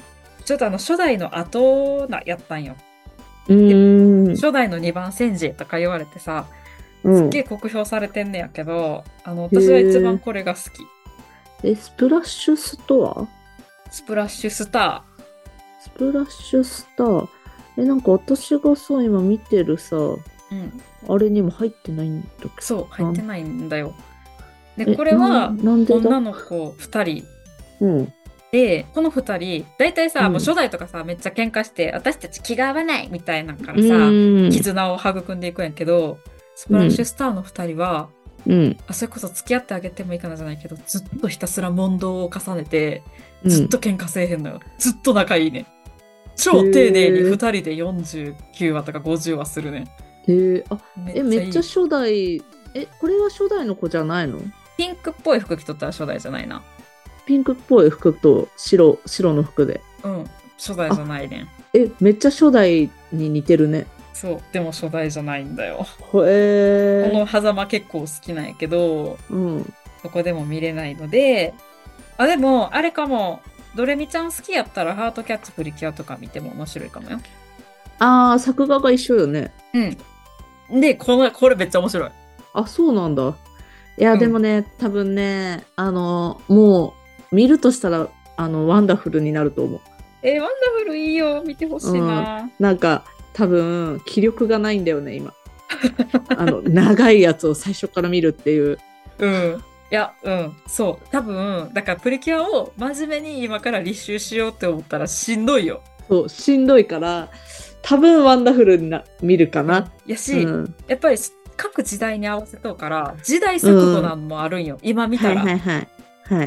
ちょっと初代の後やったんよ。初代の2番煎じとか言われてさ、すっげえ酷評されてんねやけど、私は一番これが好き。 スプラッシュストア？ スプラッシュスター。 スプラッシュスター。なんか私がさ、今見てるさ、あれにも入ってないんだっけ？ そう、入ってないんだよ。で、これは女の子2人。で、この2人、だいたいさ、もう初代とかさ、めっちゃ喧嘩して、私たち気が合わないみたいなからさ、絆を育んでいくんやけど、スプラッシュスターの2人は、それこそ付き合ってあげてもいいかなじゃないけど、ずっとひたすら問答を重ねて、ずっと喧嘩せえへんのよ。ずっと仲いいね。超丁寧に2人で49話とか50話するね。 めっちゃ初代、これは初代の子じゃないの？ ピンクっぽい服着とったら初代じゃないな。 ピンクっぽい服と白の服で。 初代じゃないね。 めっちゃ初代に似てるね。 そう、でも初代じゃないんだよ。 この狭間結構好きなんやけど、そこでも見れないので、でも、あれかも、ドレミちゃん好きやったらハートキャッチプリキュアとか見ても面白いかもよ。 作画が一緒よね。 で、これめっちゃ面白い。 そうなんだ。いや、でもね、多分ね、もう、見るとしたら、ワンダフルになると思う。 ワンダフルいいよ。見てほしいな。 なんか、多分、気力がないんだよね、今。長いやつを最初から見るっていう。 いや、そう。多分、だからプリキュアを真面目に今から履修しようって思ったらしんどいよ。 そう、しんどいから、多分ワンダフルに見るかな。 やし、やっぱり各時代に合わせとうから、時代錯誤なんもあるんよ。今見たら。 はい。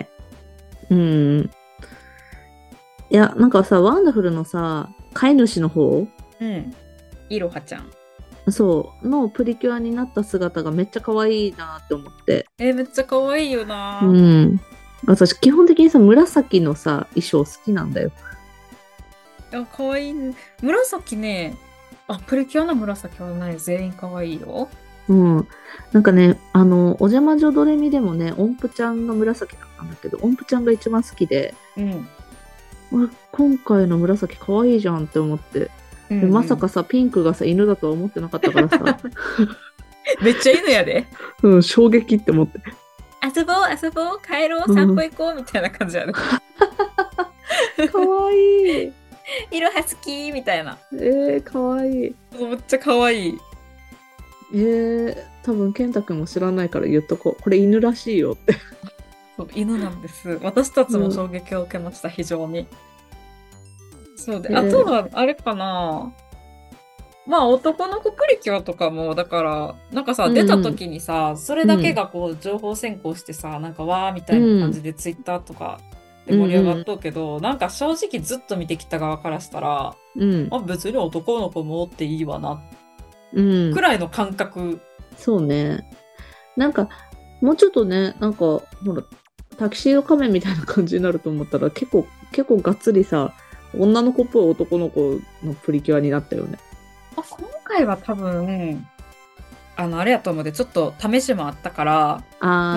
いや、なんかさ、ワンダフルのさ、飼い主の方？ いろはちゃん。 そうのプリキュアになった姿がめっちゃ可愛いなって思って。 めっちゃ可愛いよな。 私基本的にさ、紫のさ衣装好きなんだよ。 可愛い。紫ね。プリキュアの紫はね、全員可愛いよ。 なんかね、お邪魔女ドレミでもね、音符ちゃんが紫だったんだけど、音符ちゃんが一番好きで、今回の紫可愛いじゃんって思って。まさかさ、ピンクがさ、犬だとは思ってなかったからさ。 めっちゃ犬やで。 衝撃って思って。 遊ぼう、帰ろう、散歩行こう、みたいな感じやで。 かわいい。 色は好きみたいな。 かわいい。 めっちゃかわいい。 多分健太くんも知らないから言っとこう。これ犬らしいよって。 そう犬なんです。私たちも衝撃を受けました、非常に。そうで、あとはあれかな。男の子プリキュアとかもだからなんかさ、出た時にさ、それだけがこう情報先行してさ、なんかわーみたいな感じでツイッターとかで盛り上がっとうけど、なんか正直ずっと見てきた側からしたら、別に男の子もおっていいわな、くらいの感覚。 そうね。なんかもうちょっとね、なんかほらタキシード仮面みたいな感じになると思ったら結構がっつりさ、女の子っぽい男の子のプリキュアになったよね。 今回は多分あれやと思うで、ちょっと試しもあったから、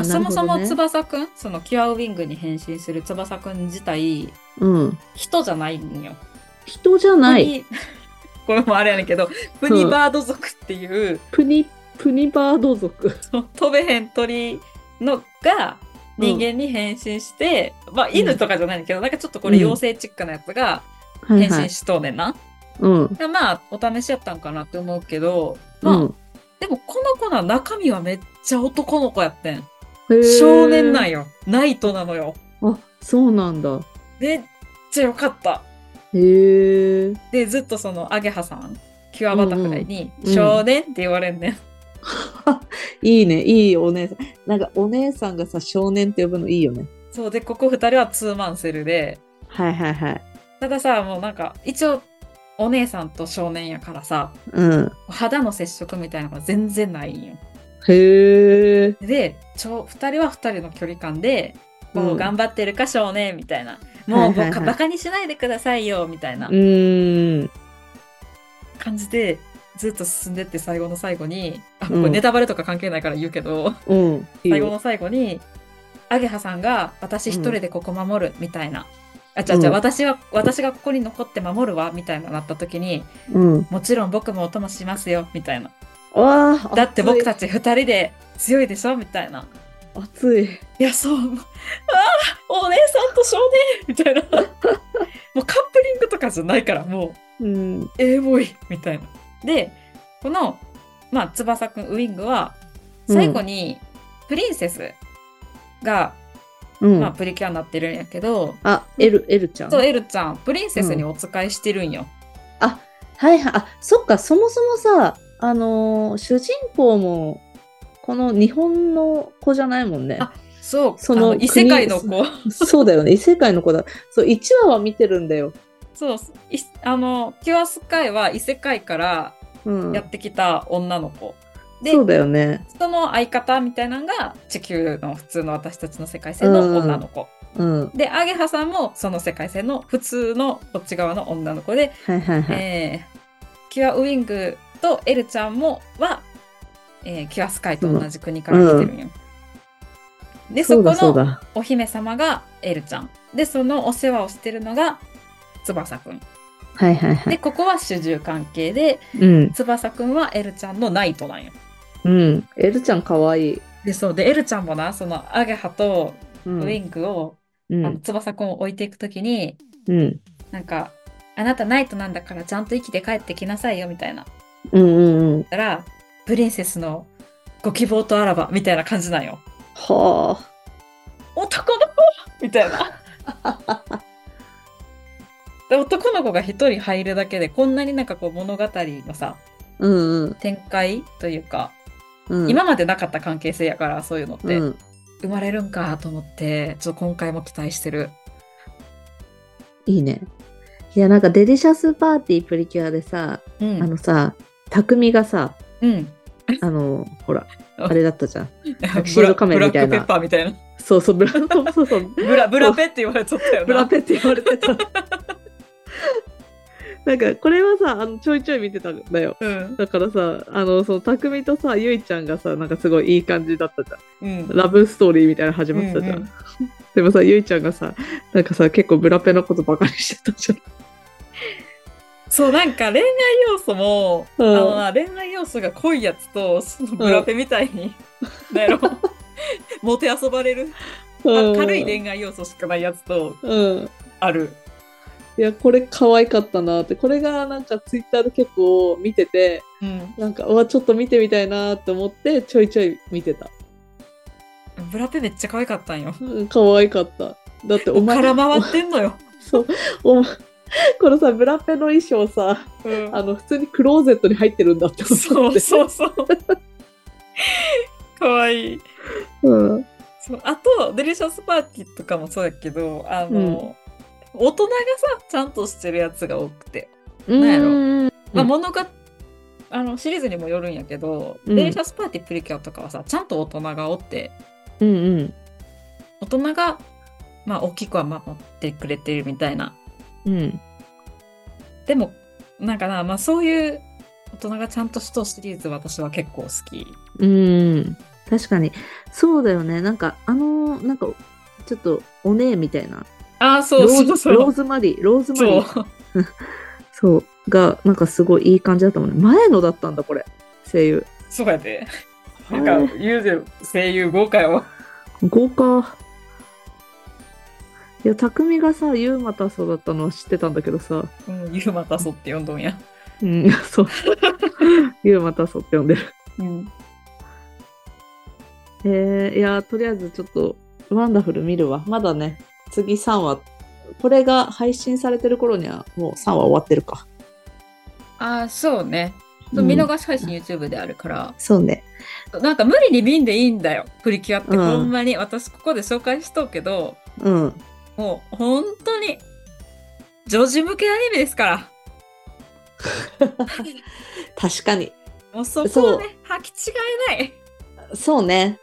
そもそも翼くん、そのキュアウィングに変身する翼くん自体、人じゃないんよ。 人じゃない。 これもあれやねんけど、プニバード族っていう、 プニバード族。 飛べへん鳥のが人間に変身して、犬とかじゃないんだけど、なんかちょっとこれ妖精チックなやつが変身しとうねんな。お試しやったんかなって思うけど、でもこの子の中身はめっちゃ男の子やってん。少年なんよ。ナイトなのよ。 そうなんだ。 めっちゃよかった。で、ずっとそのアゲハさん、キュアバタフライに、少年って言われんねん。 いいね、いいお姉さん。なんかお姉さんがさ、少年って呼ぶのいいよね。 そうで、ここ2人はツーマンセルで。たださ、もうなんか、一応、お姉さんと少年やからさ、肌の接触みたいなのが全然ないんよ。で、2人は2人の距離感で、こう頑張ってるか少年みたいな。もうバカにしないでくださいよみたいな感じでずっと進んでって、最後の最後に、これネタバレとか関係ないから言うけど、最後の最後にアゲハさんが私一人でここ守るみたいな私がここに残って守るわみたいななった時に、もちろん僕もお供しますよみたいな。だって僕たち2人で強いでしょみたいな。 熱い。 いや、そう。お姉さんと少年みたいな。もうカップリングとかじゃないから、もう、ボイみたいな。で、この、翼くん、ウィングは、最後に、プリンセスが、プリキュアになってるんやけど、 エルちゃん。 そう、エルちゃん、プリンセスにお使いしてるんよ。 はいはい。そっか、そもそもさ、主人公も、この日本の子じゃないもんね。 そう、その異世界の子。 そうだよね、異世界の子だ。そう、1話は見てるんだよ。 そう、キュアスカイは異世界からやってきた女の子。で、 そうだよね。 その相方みたいなのが地球の普通の私たちの世界線の女の子。で、アゲハさんもその世界線の普通のこっち側の女の子で、キュアウィングとエルちゃんは、キュアスカイと同じ国から来てるんよ。で、そこのお姫様がエルちゃん。で、そのお世話をしてるのが翼くん。で、ここは主従関係で、翼くんはエルちゃんのナイトなんよ。 エルちゃんかわいい。 で、エルちゃんもな、そのアゲハとウィングを、翼くんを置いていくときに、なんか、あなたナイトなんだからちゃんと生きて帰ってきなさいよ、みたいな。だから、プリンセスのご希望とあらば、みたいな感じなんよ。 はあ。 男の子みたいな。で、男の子が一人入るだけで、こんなになんかこう物語のさ、展開というか、今までなかった関係性やから、そういうのって、生まれるんかと思って、ちょっと今回も期待してる。 いいね。いや、なんかデリシャスパーティープリキュアでさ、匠がさ、ほら、あれだったじゃん。タキシード仮面みたいな。 ブラックペッパーみたいな。 そうそう、ブラペって言われちゃったよな。 ブラペって言われてた。なんかこれはさちょいちょい見てたんだよ、だからさその匠とさゆいちゃんがさなんかすごいいい感じだったじゃん、ラブストーリーみたいな始まってたじゃん、でもさゆいちゃんがさなんかさ結構ブラペのことバカにしてたじゃん。 そう、なんか恋愛要素も、恋愛要素が濃いやつとそのブラペみたいに、なんやろもてあそばれる、軽い恋愛要素しかないやつと、ある。 いや、これ可愛かったなって。これがなんかツイッターで結構見てて、なんかちょっと見てみたいなって思ってちょいちょい見てた。 ブラペめっちゃ可愛かったんよ。 可愛かった。だってお前から回ってんのよ。 そう。このさブラペの衣装さ、普通にクローゼットに入ってるんだって思って。 そう。可愛い。そうあとデリシャスパーティーとかもそうやけど大人がさちゃんとしてるやつが多くて、なんやろ、物がシリーズにもよるんやけど、デリシャスパーティープリキュアとかはさちゃんと大人がおって、大人が大きくは守ってくれてるみたいな、でもなんかなそういう大人がちゃんとしたシリーズ私は結構好き。 確かにそうだよね。なんかなんかちょっとお姉みたいな。 そうローズマリーそうがなんかすごいいい感じだったもんね。前のだったんだこれ声優。 そうやで。なんか言うて声優豪華よ。 豪華。いや匠がさユーマタソだったのは知ってたんだけどさ。 ユーマタソって呼んどんや。 そう。ユーマタソって呼んでる。いやとりあえずちょっとワンダフル見るわ。まだね。次3話これが配信されてる頃にはもう3話終わってるか。 そうね。見逃し配信 YouTube であるから。 そうね。 なんか無理に見んでいいんだよプリキュアって、ほんまに私ここで紹介しとうけど、もう本当に女児向けアニメですから確かにもうそこはね履き違えない。 そうね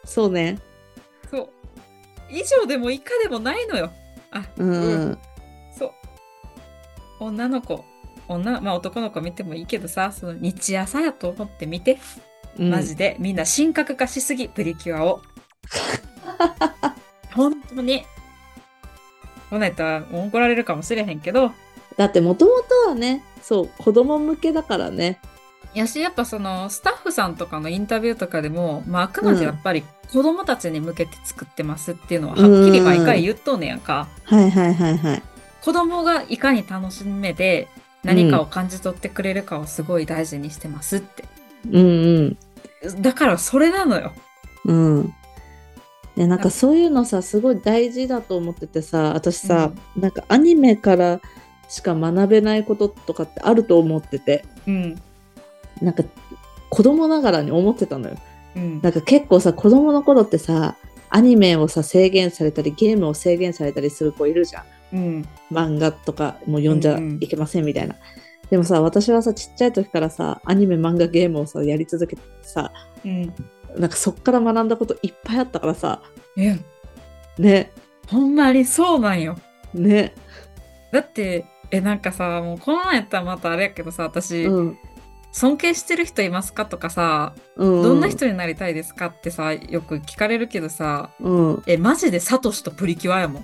以上でも以下でもないのよ。そう女の子男の子見てもいいけどさ、その日朝やと思って見て、マジでみんな神格化しすぎプリキュアを本当にこないとは怒られるかもしれへんけど、 だってもともとはね、そう子供向けだからね。 やし、やっぱそのスタッフさんとかのインタビューとかでも、まあ、あくまでやっぱり子供たちに向けて作ってますっていうのははっきり毎回言っとんねやんか。 はいはいはいはい。 子供がいかに楽しめて何かを感じ取ってくれるかをすごい大事にしてますって。 うんだからそれなのよ。 うん。うん。ね、なんかそういうのさ、すごい大事だと思っててさ、私さ、なんかアニメからしか学べないこととかってあると思ってて、 うん。 なんか子供ながらに思ってたのよ。 うん。 なんか結構さ、子供の頃ってさ、アニメをさ制限されたりゲームを制限されたりする子いるじゃん。 うん。 漫画とかもう読んじゃいけませんみたいな。でもさ、私はさ、ちっちゃい時からさ、アニメ漫画ゲームをさやり続けてさ、 うん。 なんかそっから学んだこといっぱいあったからさ、ね。 ほんまにそうなんよ。 ね。 だって、なんかさ、もうこの前やったらまたあれやけどさ、私、 うん。 尊敬してる人いますかとかさ、 うん。 どんな人になりたいですかってさ、よく聞かれるけどさ、 うん。 マジでサトシとプリキュアやもん。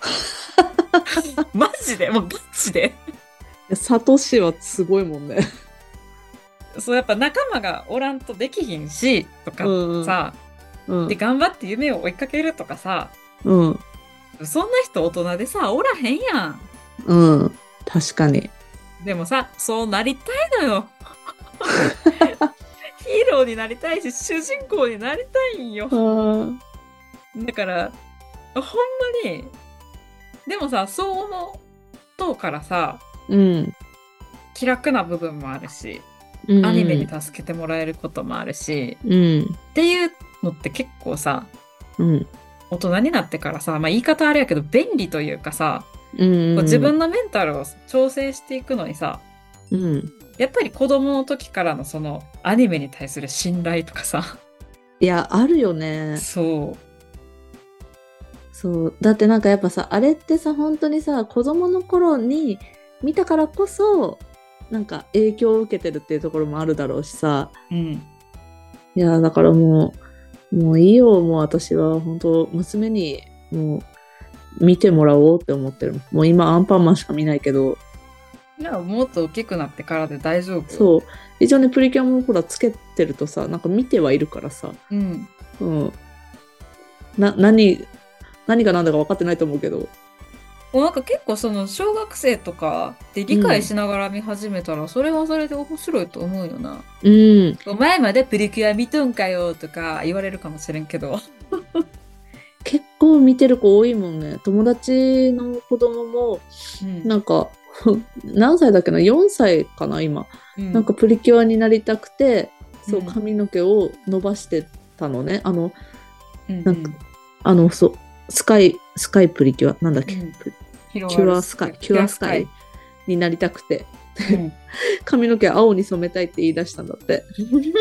マジでもうガチで。 サトシはすごいもんね。 そう、やっぱ仲間がおらんとできひんし、とかさ、 うん。 で、頑張って夢を追いかけるとかさ、 うん。 そんな人大人でさ、おらへんやん。 うん。確かに。 でもさ、そうなりたいのよ。ヒーローになりたいし、主人公になりたいんよ。だから、ほんまに、でもさ、そう思うとからさ、 うん。 気楽な部分もあるし、 うん、 アニメに助けてもらえることもあるし、 うん、 っていうのって結構さ、 うん、 大人になってからさ、まあ言い方あれやけど便利というかさ、 うん、 自分のメンタルを調整していくのにさ、 うん、 やっぱり子供の時からのそのアニメに対する信頼とかさ。 いや、あるよね。 そう。 そう。だってなんかやっぱさ、あれってさ、本当にさ、子供の頃に見たからこそ、なんか影響を受けてるっていうところもあるだろうしさ。 うん。 いや、だからもういいよ、もう私は本当娘にもう見てもらおうって思ってる。もう今アンパンマンしか見ないけど。 いや、もっと大きくなってからで大丈夫。 そう。一応ね、プリキュアもほらつけてるとさ、なんか見てはいるからさ。 うん。 うん。何が何だか分かってないと思うけど。 もうなんか結構その小学生とかで理解しながら見始めたら、それはそれで面白いと思うよな。 うん。 前までプリキュア見とんかよとか言われるかもしれんけど。 結構見てる子多いもんね。友達の子供も、なんか、何歳だっけな ?4 歳かな今、なんかプリキュアになりたくて、そう、髪の毛を伸ばしてたのね。なんか、そう、スカイプリキュア、なんだっけ、キュアスカイになりたくて、髪の毛青に染めたいって言い出したんだって。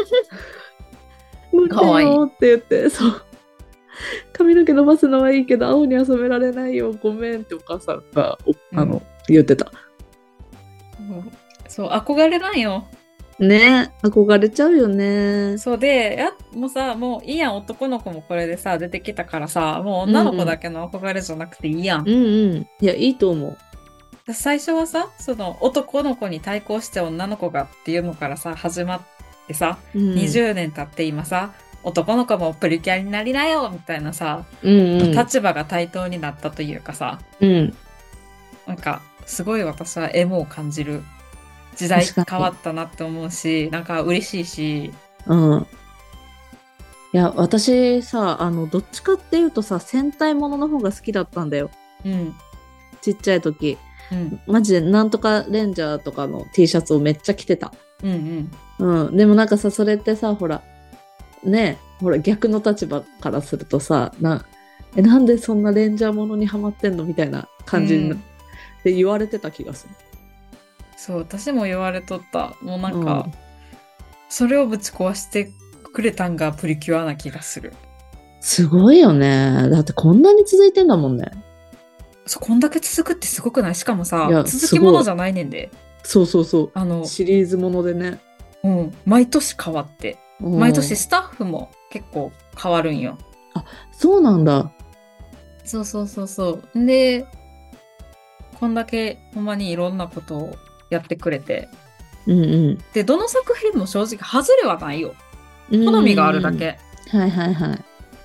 無理だよって言って、そう。髪の毛伸ばすのはいいけど青には染められないよ、ごめんってお母さんが言ってた。 そう、憧れなんよ。 ね、憧れちゃうよね。 そうで、もうさ、もういいやん、男の子もこれでさ、出てきたからさ、もう女の子だけの憧れじゃなくていいやん。 うんうん。いや、いいと思う。 最初はさ、その男の子に対抗して女の子がっていうのからさ、始まってさ、20年経って今さ、男の子もプリキュアになりなよみたいなさ、立場が対等になったというかさ、なんかすごい私はエモを感じる時代変わったなって思うし、なんか嬉しいし。 いや、私さ、どっちかっていうとさ、戦隊ものの方が好きだったんだよ。ちっちゃい時。マジでなんとかレンジャーとかの T シャツをめっちゃ着てた。でもなんかさ、それってさ、ほら逆の立場からするとさ、なんでそんなレンジャーものにハマってんのみたいな感じで言われてた気がする。 そう、私も言われとった。もうなんか、それをぶち壊してくれたんがプリキュアな気がする。 すごいよね。だってこんなに続いてんだもんね。 そう、こんだけ続くってすごくない？しかもさ、続きものじゃないねんで。 そう。シリーズものでね。 毎年変わって。毎年スタッフも結構変わるんよ。 あ、そうなんだ。 そう。で、 こんだけほんまにいろんなことをやってくれて、 うんうん。 でどの作品も正直外れはないよ。好みがあるだけ。 はいはいはい。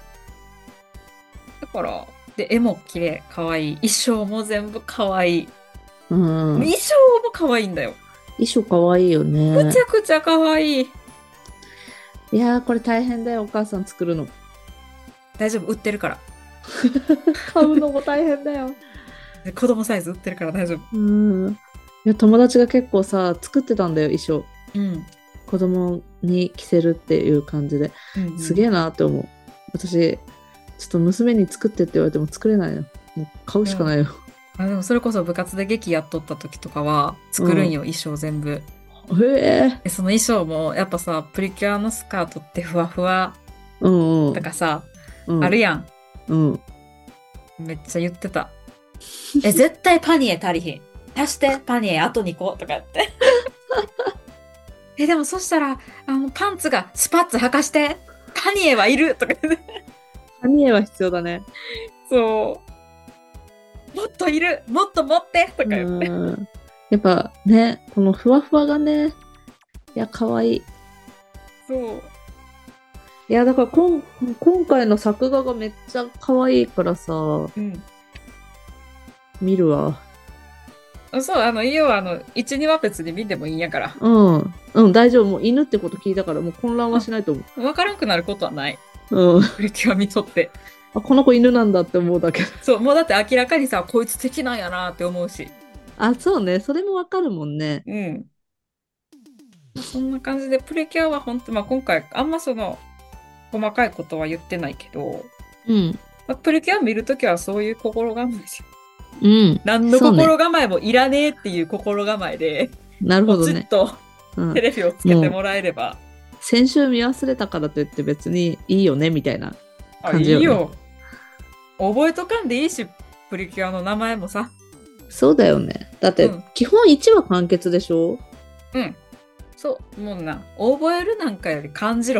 だからで絵も綺麗、可愛い、衣装も全部可愛い。 うん。 衣装も可愛いんだよ。 衣装かわいいよね。 むちゃくちゃ可愛い。 いやー、これ大変だよ、お母さん作るの。 大丈夫、売ってるから。 買うのも大変だよ。 で子供サイズ売ってるから大丈夫。 うん。いや、友達が結構さ、作ってたんだよ、衣装。 うん。 子供に着せるっていう感じで。 うんうん、 すげえなって思う。私、ちょっと娘に作ってって言われても作れないよ。もう買うしかないよ。 でもそれこそ部活で劇やっとった時とかは作るんよ、衣装全部。 へえ。 その衣装もやっぱさ、プリキュアのスカートってふわふわうんうん。 とかさ、 うん、 あるやん。 うん。 めっちゃ言ってた。絶対パニエ足りひん。足してパニエあと2個とかやって。でもそしたらパンツがスパッツ履かして。パニエはいるとか言って。 パニエは必要だね。 そう。もっといる、もっと持ってとか言って。 やっぱね、このふわふわがね、いや、かわいい。 そう。 いや、だから今回の作画がめっちゃかわいいからさ、 うん。 見るわ。 そう、家は1、2は別に見てもいいんやから。 うん。うん、大丈夫。もう犬ってこと聞いたから、もう混乱はしないと思う。 わからんくなることはない。 うん。 プリキュア見とって。 あ、この子犬なんだって思うだけ。 そう、もうだって明らかにさ、こいつ敵なんやなって思うし。 あ、そうね。それもわかるもんね。 うん。そんな感じで、プリキュアは本当、今回、あんまその、細かいことは言ってないけど、 うん。 プリキュア見るときはそういう心構えですよ。 うん。 何の心構えもいらねえっていう心構えで、 なるほどね。 ポチッとテレビをつけてもらえれば。 先週見忘れたからといって別にいいよねみたいな感じよね。 いいよ。覚えとかんでいいし、プリキュアの名前もさ。 そうだよね。だって、基本1話完結でしょ？ うん。そう、もうな、覚えるなんかより感じろ。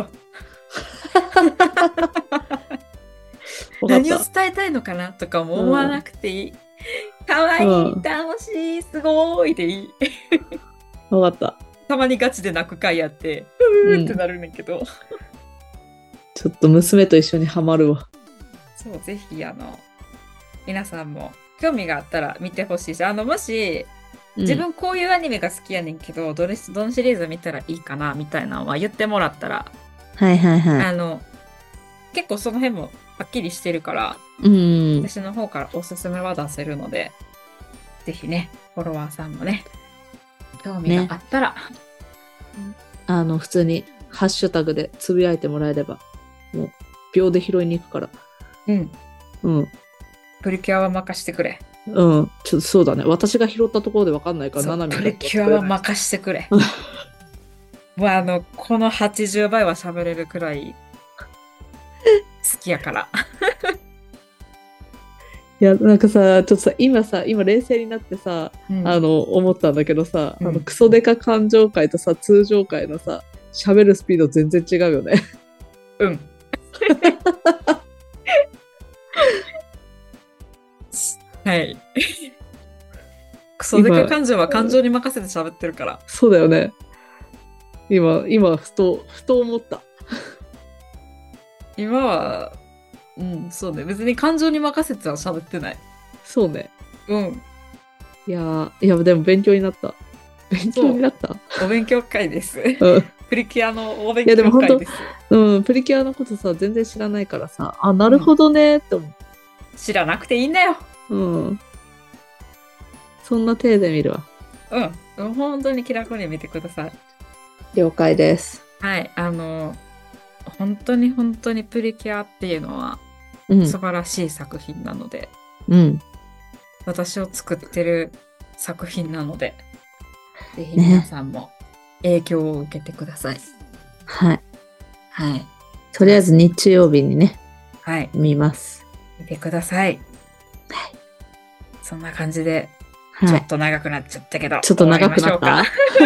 何を伝えたいのかなとかも思わなくていい。かわいい、楽しい、すごいでいい。 わかった。 たまにガチで泣く回やって、うーってなるねんけど。 ちょっと娘と一緒にハマるわ。 そう、ぜひ皆さんも興味があったら見てほしいし、もし、自分こういうアニメが好きやねんけど、どのシリーズ見たらいいかなみたいなのは言ってもらったら、 はいはいはい。 結構その辺もはっきりしてるから、私の方からおすすめは出せるので、ぜひね、フォロワーさんもね、興味があったら、 ね、普通にハッシュタグでつぶやいてもらえれば、もう秒で拾いに行くから。 うん。 うん。 プリキュアは任してくれ。 うん。そうだね。私が拾ったところで分かんないから、ナナミプリキュアは任してくれ。もうこの80倍は喋れるくらい好きやから。 いや、なんかさ、ちょっとさ、今冷静になってさ、思ったんだけどさ、クソデカ感情回とさ、通常回のさ、喋るスピード全然違うよね。 うん。はい。クソデカ感情は感情に任せて喋ってるから。 そうだよね。今ふと思った。 今は、そうね。別に感情に任せては喋ってない。 そうね。 うん。 いや、でも勉強になった。勉強になった？ お勉強会です。プリキュアのお勉強会です。いや、でも本当、プリキュアのことさ、全然知らないからさ、あ、なるほどねって思う。 知らなくていいんだよ。 そんな体で見るわ。 本当に気楽に見てください。 了解です。 はい、本当にプリキュアっていうのは素晴らしい作品なので、私を作ってる作品なので、ぜひ皆さんも影響を受けてください。 はい。 はい。 とりあえず日曜日にね、 はい。 見ます。 見てください。 はい。 そんな感じで、ちょっと長くなっちゃったけど、 ちょっと長くなった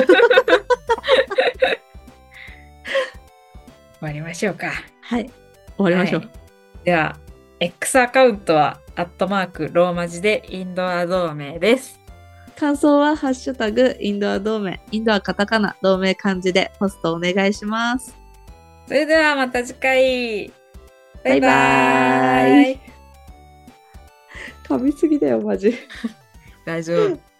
終わりましょうか。 はい。終わりましょう。 では、X アカウントは、@ローマ字でインドア同盟です。 感想はハッシュタグインドア同盟、インドアカタカナ、同盟漢字でポストお願いします。 それではまた次回。バイバーイ。 噛みすぎだよマジ。 大丈夫。